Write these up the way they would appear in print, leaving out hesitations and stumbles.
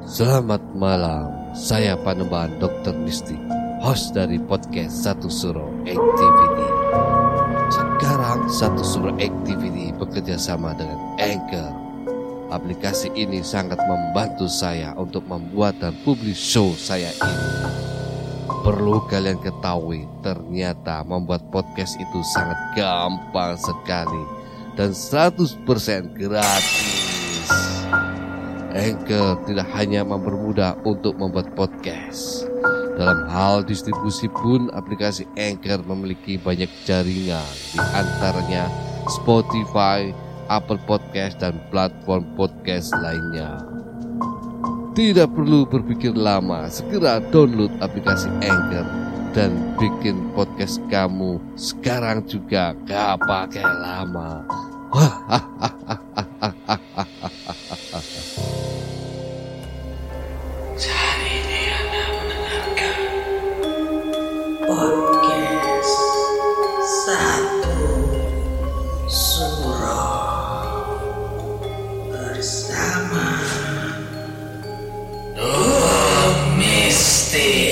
Selamat malam, saya Panembahan Dr. Mistik, host dari podcast Satu Suro Activity. Sekarang Satu Suro Activity bekerja sama dengan Anchor. Aplikasi ini sangat membantu saya untuk membuat dan publish show saya ini. Perlu kalian ketahui, ternyata membuat podcast itu sangat gampang sekali dan 100% gratis. Anchor tidak hanya mempermudah untuk membuat podcast. Dalam hal distribusi pun aplikasi Anchor memiliki banyak jaringan, di antaranya Spotify, Apple Podcast, dan platform podcast lainnya. Tidak perlu berpikir lama, segera download aplikasi Anchor dan bikin podcast kamu sekarang juga, gak pakai lama. Saat ini Anda mendengarkan podcast Satu Suro bersama Mistik.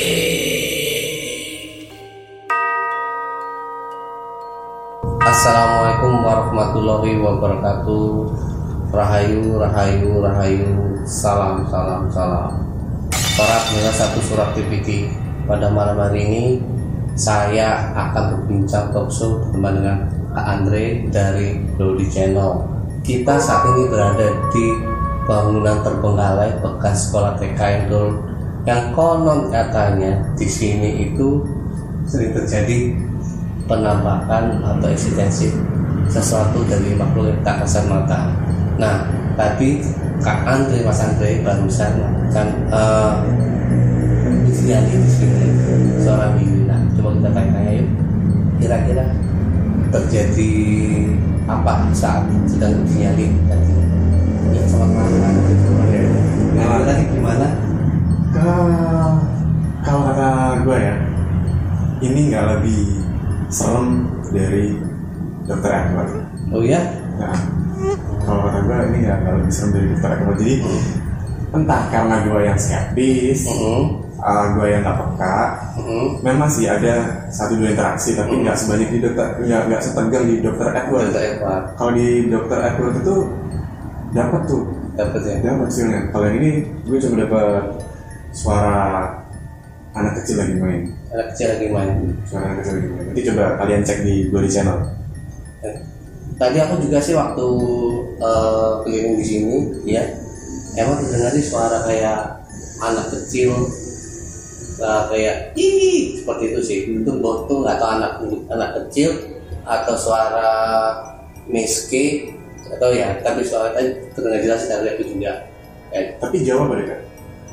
Assalamualaikum warahmatullahi wabarakatuh. Rahayu, rahayu, rahayu. Salam, salam, salam. Para pendengar Satu Suro Activity, pada malam hari ini saya akan berbincang talk show bersama dengan Kak Andre dari Dodi Channel. Kita saat ini berada di bangunan terbengkalai bekas sekolah TK yang konon katanya di sini itu sering terjadi penampakan atau eksistensi sesuatu dari makhluk yang tak kasat mata. Nah, tadi Kak Andre, Mas Andre barusan kan disinyalir di sini seorang bibi. Nah, coba kita tanya yuk. Kira-kira terjadi apa saat sedang disinyalir tadi? Ya, selamat malam. Nah, tadi gimana? Kalau kata gue ya, ini nggak lebih serem dari Dr. Edward. Oh iya? Nah, kalau kata gue ini nggak lebih serem dari Dr. Edward. Jadi entah karena gue yang skeptis, gue yang nggak peka, memang sih ada 1-2 interaksi, tapi nggak sebanyak di nggak setegang di Dr. Edward. Kalau di Dr. Edward itu dapat sih. Kalau yang ini gue cuma dapat suara anak kecil lagi main. Suara anak kecil lagi main. Nanti coba kalian cek di Dodi Channel. Tadi aku juga sih waktu keliling di sini, ya, emang terdengar sih suara kayak anak kecil, kayak ih seperti itu sih. Itu tuh nggak tahu anak kecil atau suara meske atau ya, tapi suara tadi terdengar jelas dari aku juga. Tapi jauh apa dekat?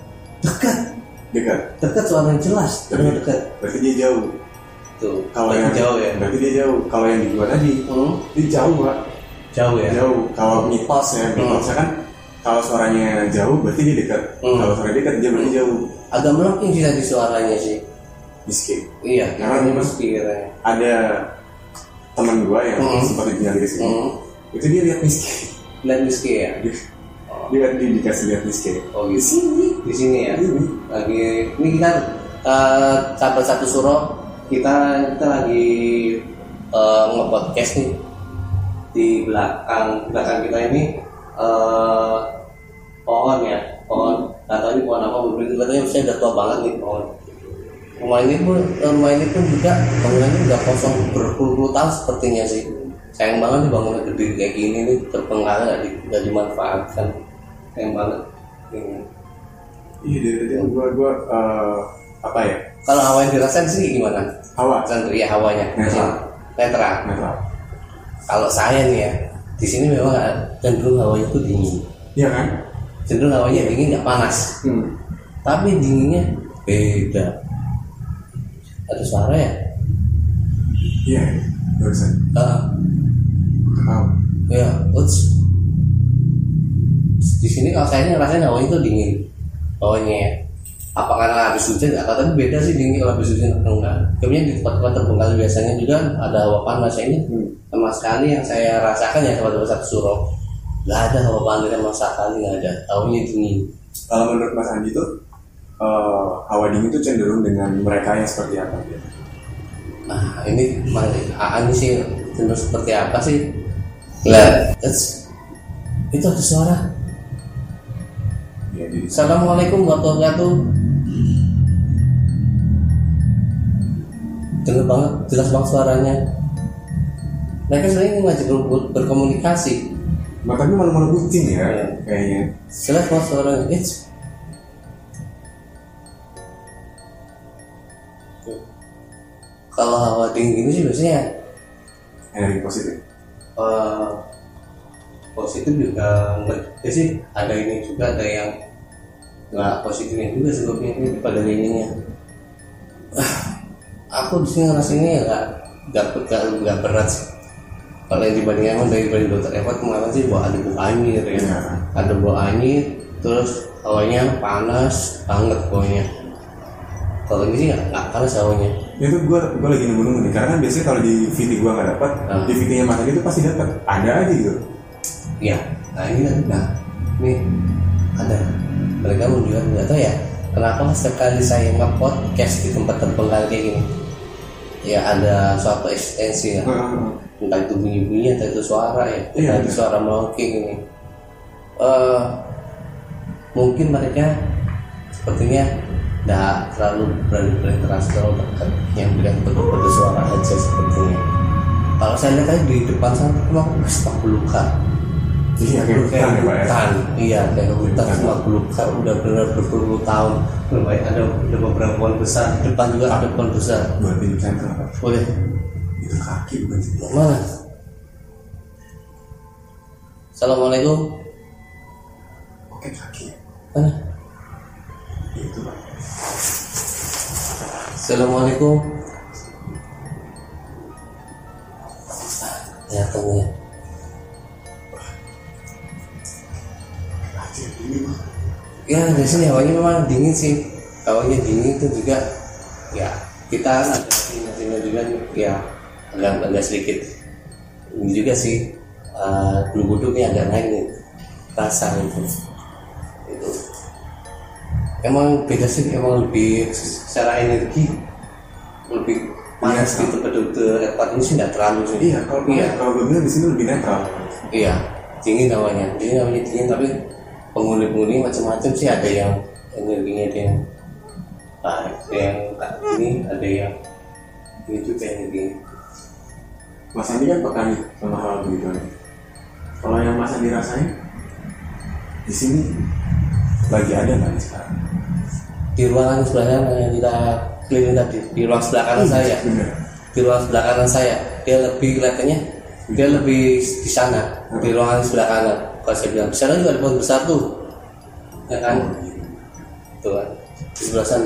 Dekat suaranya jelas, dekat. Berarti dia jauh. Tuh, Kalau yang jauh ya. Berarti dia jauh. Kalau yang di gua tadi, dia jauh, Pak. Jauh ya. Jauh. Kalau mitosnya kan kalau suaranya jauh berarti dia dekat. Kalau suara dekat dia berarti jauh. Agak melengking sih tadi suaranya sih. Miskin. Iya, Karena miskin. ada teman gua yang sempat ditinggal di sini. Itu dia lihat miskin. Lihat miskin ya. Dia dikasih lihat miskin. Oh gitu. Di sini ya. Lagi ini kita sahabat Satu Suro kita lagi nge-podcast nih. Di belakang kita ini pohon. Nggak tahu ini pohon apa, katanya saya udah tua banget nih pohon. Rumah ini pun juga bangunannya udah kosong berpuluh-puluh tahun sepertinya sih. Sayang banget nih bangunan gede kayak gini nih terbengkalai nggak dimanfaatkan. Sayang banget. Iya, dari gua apa ya? Kalau hawa yang dirasain sih gimana? Hawa. Ya hawanya. Netral. Kalau saya nih ya, di sini memang cenderung hawanya itu dingin. Iya kan? Cenderung hawanya dingin, nggak panas. Tapi dinginnya beda. Ada suara ya? Iya, barusan. Ya, di sini kalau saya ngerasain hawanya itu dingin. Hawanya ya. Apa karena habis hujan? Tapi beda sih dingin kalau habis hujan atau enggak. Kemudian di tempat-tempat terbengkalai biasanya juga ada hawa panas ini. Sama sekali yang saya rasakan ya sahabat Satu Suro, nggak ada hawa panas sama sekali, nggak ada. Hawanya dingin. Kalau menurut Mas Andi itu hawa dingin itu cenderung dengan mereka yang seperti apa gitu? Nah ini Aan sih cenderung seperti apa sih? Lah, itu ada suara. Ya, jadi Assalamualaikum warahmatullahi wabarakatuh. Dengar banget, jelas banget suaranya. Mereka sebenarnya ingin ngajak berkomunikasi. makanya malu-malu kucing ya, kayaknya. Jelas banget suaranya. Kalau hawa dingin ini sih biasanya Energi positif. Positif juga enggak ya sih, ada ini juga, ada yang nggak positifnya juga sebabnya ini pada ininya. Aku di sini ngerasainnya ya nggak berat sih. Kalau yang dibandingkan emang dari dokter Eva kemarin sih ada bau anyir ya, ada bau anyir, terus hawanya panas banget pokoknya. Kalau ini sih nggak panas hawanya. Itu gue lagi nunggu nih, karena kan biasanya kalau di VT gue nggak dapat, di VT-nya Mas Andi itu pasti dapat, ada aja gitu. Iya, nah ini ada. Mereka menjual, nggak tahu ya kenapa sekali saya nge-podcast di tempat terpencil kayak gini, ya ada suatu eksistensi ya. Entah itu bunyi-bunyi, entah itu suara ya, entah itu suara mongking ini. Mungkin mereka sepertinya tidak terlalu berani terlalu dekat, yang bilang betul-betul suara aja sepertinya. Kalau saya lihat tadi di depan sana memang tak pelukan. Iya, kayak hutan ya Pak ya? Iya, kayak hutan semua pelukan, udah benar berpuluh tahun. Ada beberapa pohon besar, di depan juga ada pohon besar. Buat di center apa? Boleh. Itu kaki bukan sih? Mana? Assalamualaikum. Oke, kaki. Mana? Itu Pak. Assalamualaikum. Ya tunggu. Ya dari sini hawanya memang dingin sih. Hawanya dingin itu juga. Ya kita ada nasinya juga ya agak sedikit. Ini juga sih. Bulu kuduknya agak naik nih. Rasa itu. Emang beda sih, emang lebih secara energi lebih panas gitu. Dokter Edward ini sih nggak terlalu sih. Iya, kalau gue bilang di sini lebih netral. Iya, dingin namanya dingin, tapi penghuni macam-macam sih, ada yang energinya ada yang ini, ada yang ini juga energi. Mas Andi kan petani sama hal begitu. Kalau yang Mas Andi rasain di sini lagi ada nggak sekarang? Di ruangan sebelah kanan yang kita keliling tadi, di ruang sebelah kanan saya. Bener. Di ruang sebelah kanan saya, dia lebih kelihatannya, dia lebih di sana, di ruangan sebelah kanan. Kalau saya bilang di sana juga ada pohon besar tuh, ya kan? Tuh kan, di sebelah sana.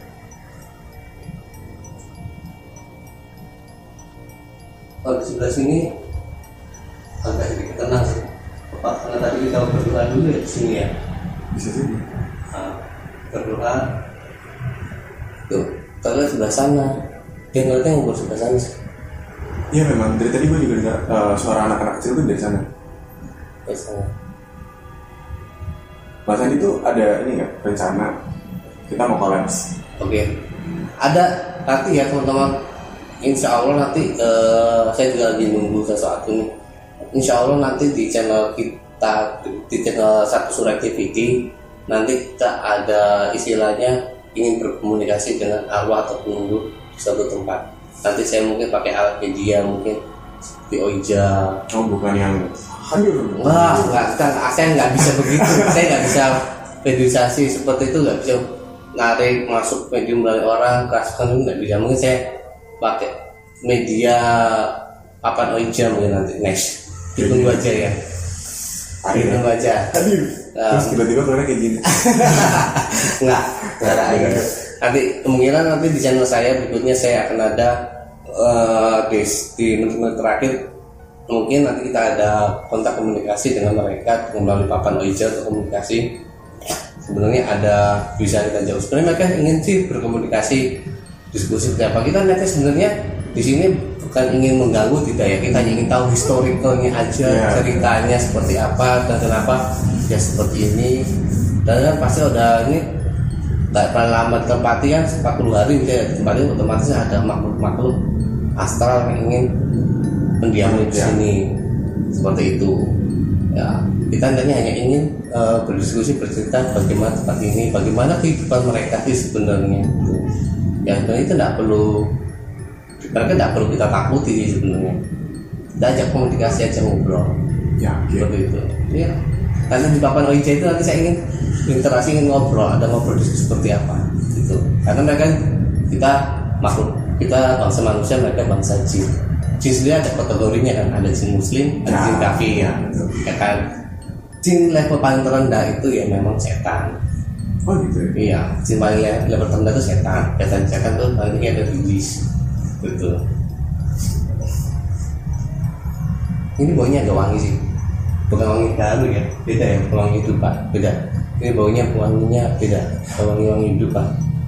Kalau di sebelah sini agak sedikit tenang sih. Karena tadi kita berdoa dulu ya di sini ya. Bisa jadi. Berdoa tuh, kalau sebelah sana dia ngeliatnya ngobrol sebelah sana sih. Iya memang, dari tadi gue juga dengar suara anak-anak kecil tuh dari sana. Dari sana. Mas Andi tuh ada ini nggak rencana kita mau kolaps? Oke. Ada nanti ya teman-teman. Insya Allah nanti saya juga lagi nunggu sesuatu nih. Insya Allah nanti di channel kita, di channel Satu Surah Activity, nanti kita ada istilahnya ingin berkomunikasi dengan arwah atau penunggu di suatu tempat. Nanti saya mungkin pakai alat media, mungkin seperti Oija. Oh bukan yang hadir? Wah, saya nggak bisa begitu. Saya nggak bisa mediasi seperti itu, nggak bisa narik masuk medium melalui orang, keraskan itu nggak bisa. Mungkin saya pakai media papan Oija mungkin nanti next. Ditunggu aja ya. Ditunggu aja. Hadir. Terus tiba-tiba keluarnya kayak gini. Enggak ada aja. Nanti kemungkinan nanti di channel saya berikutnya saya akan ada di menit-menit terakhir, mungkin nanti kita ada kontak komunikasi dengan mereka melalui papan Oija atau komunikasi. Sebenarnya ada bisa kita jauh. Sebenarnya mereka ingin sih berkomunikasi, diskusi apa. Kita nanti sebenarnya di sini bukan ingin mengganggu, tidak ya. Kita ingin tahu historicalnya aja, ceritanya seperti apa dan kenapa ya seperti ini. Dan kan pasti udah ini tak paling lama ditempati kan 40 hari misalnya ditempati, otomatis ada makhluk astral yang ingin mendiami di sini seperti itu. Ya, kita hanya ingin berdiskusi, bercerita bagaimana tempat ini, bagaimana kehidupan mereka sih sebenarnya. Ya sebenarnya itu mereka tidak perlu kita takuti sih sebenarnya. Kita ajak komunikasi aja, ngobrol. Ya, Seperti itu. Ya. Karena di papan OIJ itu nanti saya ingin interaksi, ingin ngobrol, ada ngobrol diskusi seperti apa gitu. Karena mereka kita makhluk, kita bangsa manusia, mereka bangsa jin. Jin sendiri ada kategorinya kan, ada jin muslim, ada jin kafir ya. Ya kan. Jin level paling terendah itu ya memang setan. Oh gitu. Iya, jin paling level terendah itu setan. Setan tuh paling tinggi ada iblis. Betul. Ini baunya agak wangi sih. Bukan wangi baru ya, beda ya, wangi hidup Pak, beda. Ini baunya wanginya beda, wangi hidup Pak.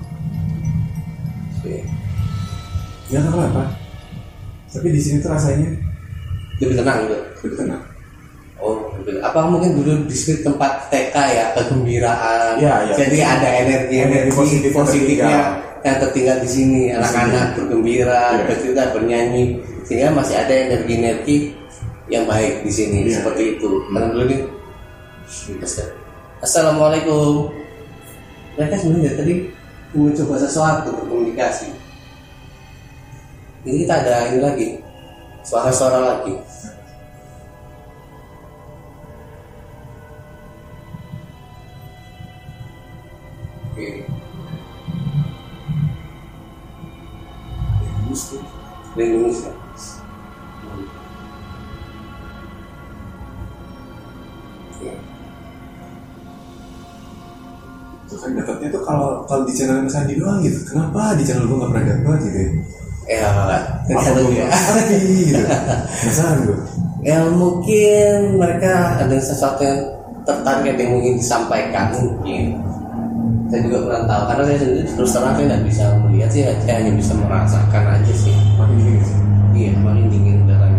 Oke. Ya tahu apa. Tapi di sini tuh rasanya Lebih tenang gitu. lebih tenang. Oh, betul. Apa mungkin dulu di sini tempat TK ya, kegembiraan. Iya. Jadi ada energi positifnya yang tertinggal di sini. Anak-anak bergembira, bercerita, bernyanyi, sehingga masih ada energi yang baik di sini. Seperti itu. Karena dulu nih. Assalamualaikum. Mereka sebenarnya tadi mencoba sesuatu berkomunikasi. Ini kita ada ini lagi, suara-suara lagi. Oke. Indonesia. Itu kan dapatnya tuh kalau di channel Mas Andi doang gitu. Kenapa di channel gue nggak pernah dapat gitu? Ya, Apa ya? Gitu. Penasaran gue. Ya mungkin mereka ada sesuatu yang tertarik yang mungkin disampaikan mungkin. Saya juga kurang tahu karena saya sendiri terus terang saya tidak bisa melihat sih, saya hanya bisa merasakan aja sih. Makin dingin sih. Iya, makin dingin udaranya.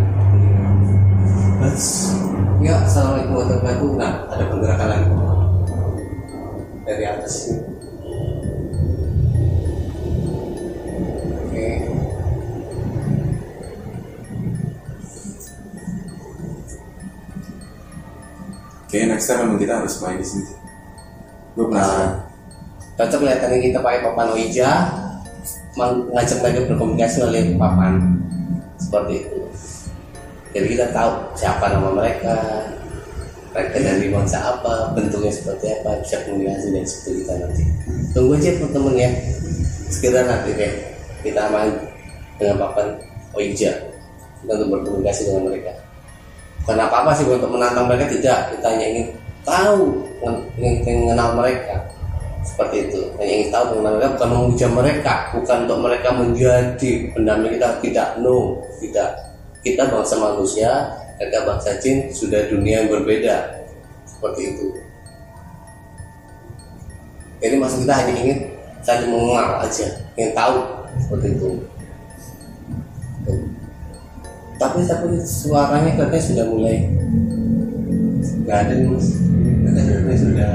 Ya, assalamualaikum warahmatullahi wabarakatuh. Nah, ada pergerakan lagi dari atas ini. Oke. Oke, next time memang kita harus main di sini. Gue penasaran. Cocok kelihatannya kita pakai papan Ouija, mengajak mereka berkomunikasi melalui papan seperti itu. Jadi kita tahu siapa nama mereka dari bangsa apa, bentuknya seperti apa, bisa komunikasi dan seperti kita nanti. Tunggu aja teman-teman ya, sekiranya nanti deh kita main dengan papan Ouija untuk berkomunikasi dengan mereka. Bukan apa-apa sih untuk menantang mereka, tidak, kita hanya ingin tahu, ingin mengenal mereka. Seperti itu, hanya ingin tahu mengenal mereka, bukan memuja mereka, bukan untuk mereka menjadi pendamping kita, tidak, no, tidak. Kita bangsa manusia, mereka bangsa jin, sudah dunia yang berbeda. Seperti itu. Jadi maksud kita hanya ingin saling mengenal aja, ingin tahu, seperti itu. Tapi suaranya katanya sudah mulai nggak ada nih Mas. Katanya sudah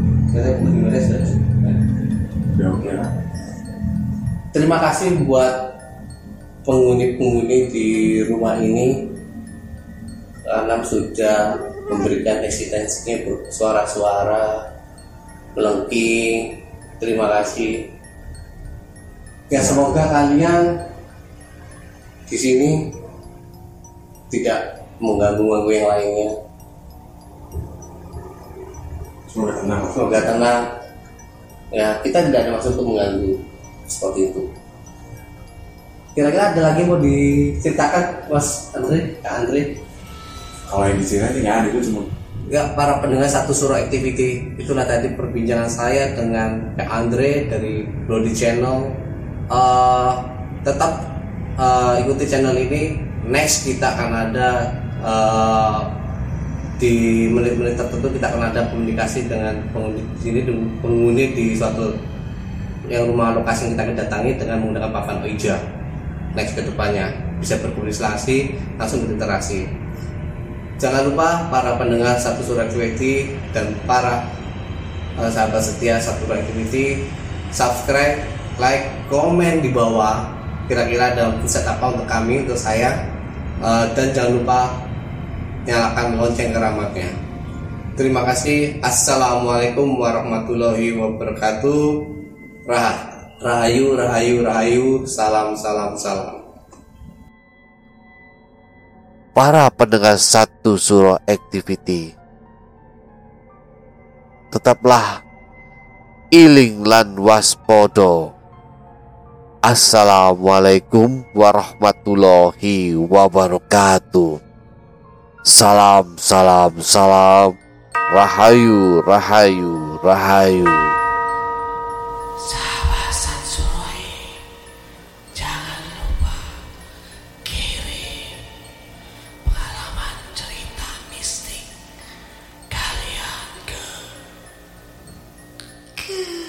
Oke lah. Terima kasih buat penghuni di rumah ini karena sudah memberikan eksistensinya suara-suara melengking. Terima kasih. Ya semoga kalian di sini tidak mengganggu yang lainnya. Semoga tenang. Ya kita tidak ada maksud untuk mengganggu seperti itu. Kira-kira ada lagi mau diceritakan Mas Andre, Kak Andre? Kalau yang diceritain nggak ada, itu cuma Enggak, para pendengar Satu Suro Activity. Itulah tadi perbincangan saya dengan Kak Andre dari Bloody Channel. Tetap ikuti channel ini. Next kita akan ada di menit-menit tertentu kita akan ada komunikasi dengan penghuni di suatu yang rumah lokasi yang kita datangi dengan menggunakan papan Ouija. Next ke depannya bisa berkomunikasi, langsung berinteraksi. Jangan lupa para pendengar Satu Suro Activity dan para sahabat setia Satu Activity, subscribe, like, komen di bawah kira-kira ada insight apa untuk kami, untuk saya, dan jangan lupa nyalakan lonceng keramatnya. Terima kasih. Assalamualaikum warahmatullahi wabarakatuh. Rahayu, rahayu, rahayu. Salam, salam, salam. Para pendengar Satu Suro Activity, tetaplah iling lan waspodo. Assalamualaikum warahmatullahi wabarakatuh. Salam, salam, salam. Rahayu, rahayu, rahayu. Sahabat Satsui, jangan lupa kirim pengalaman cerita mistik kalian ke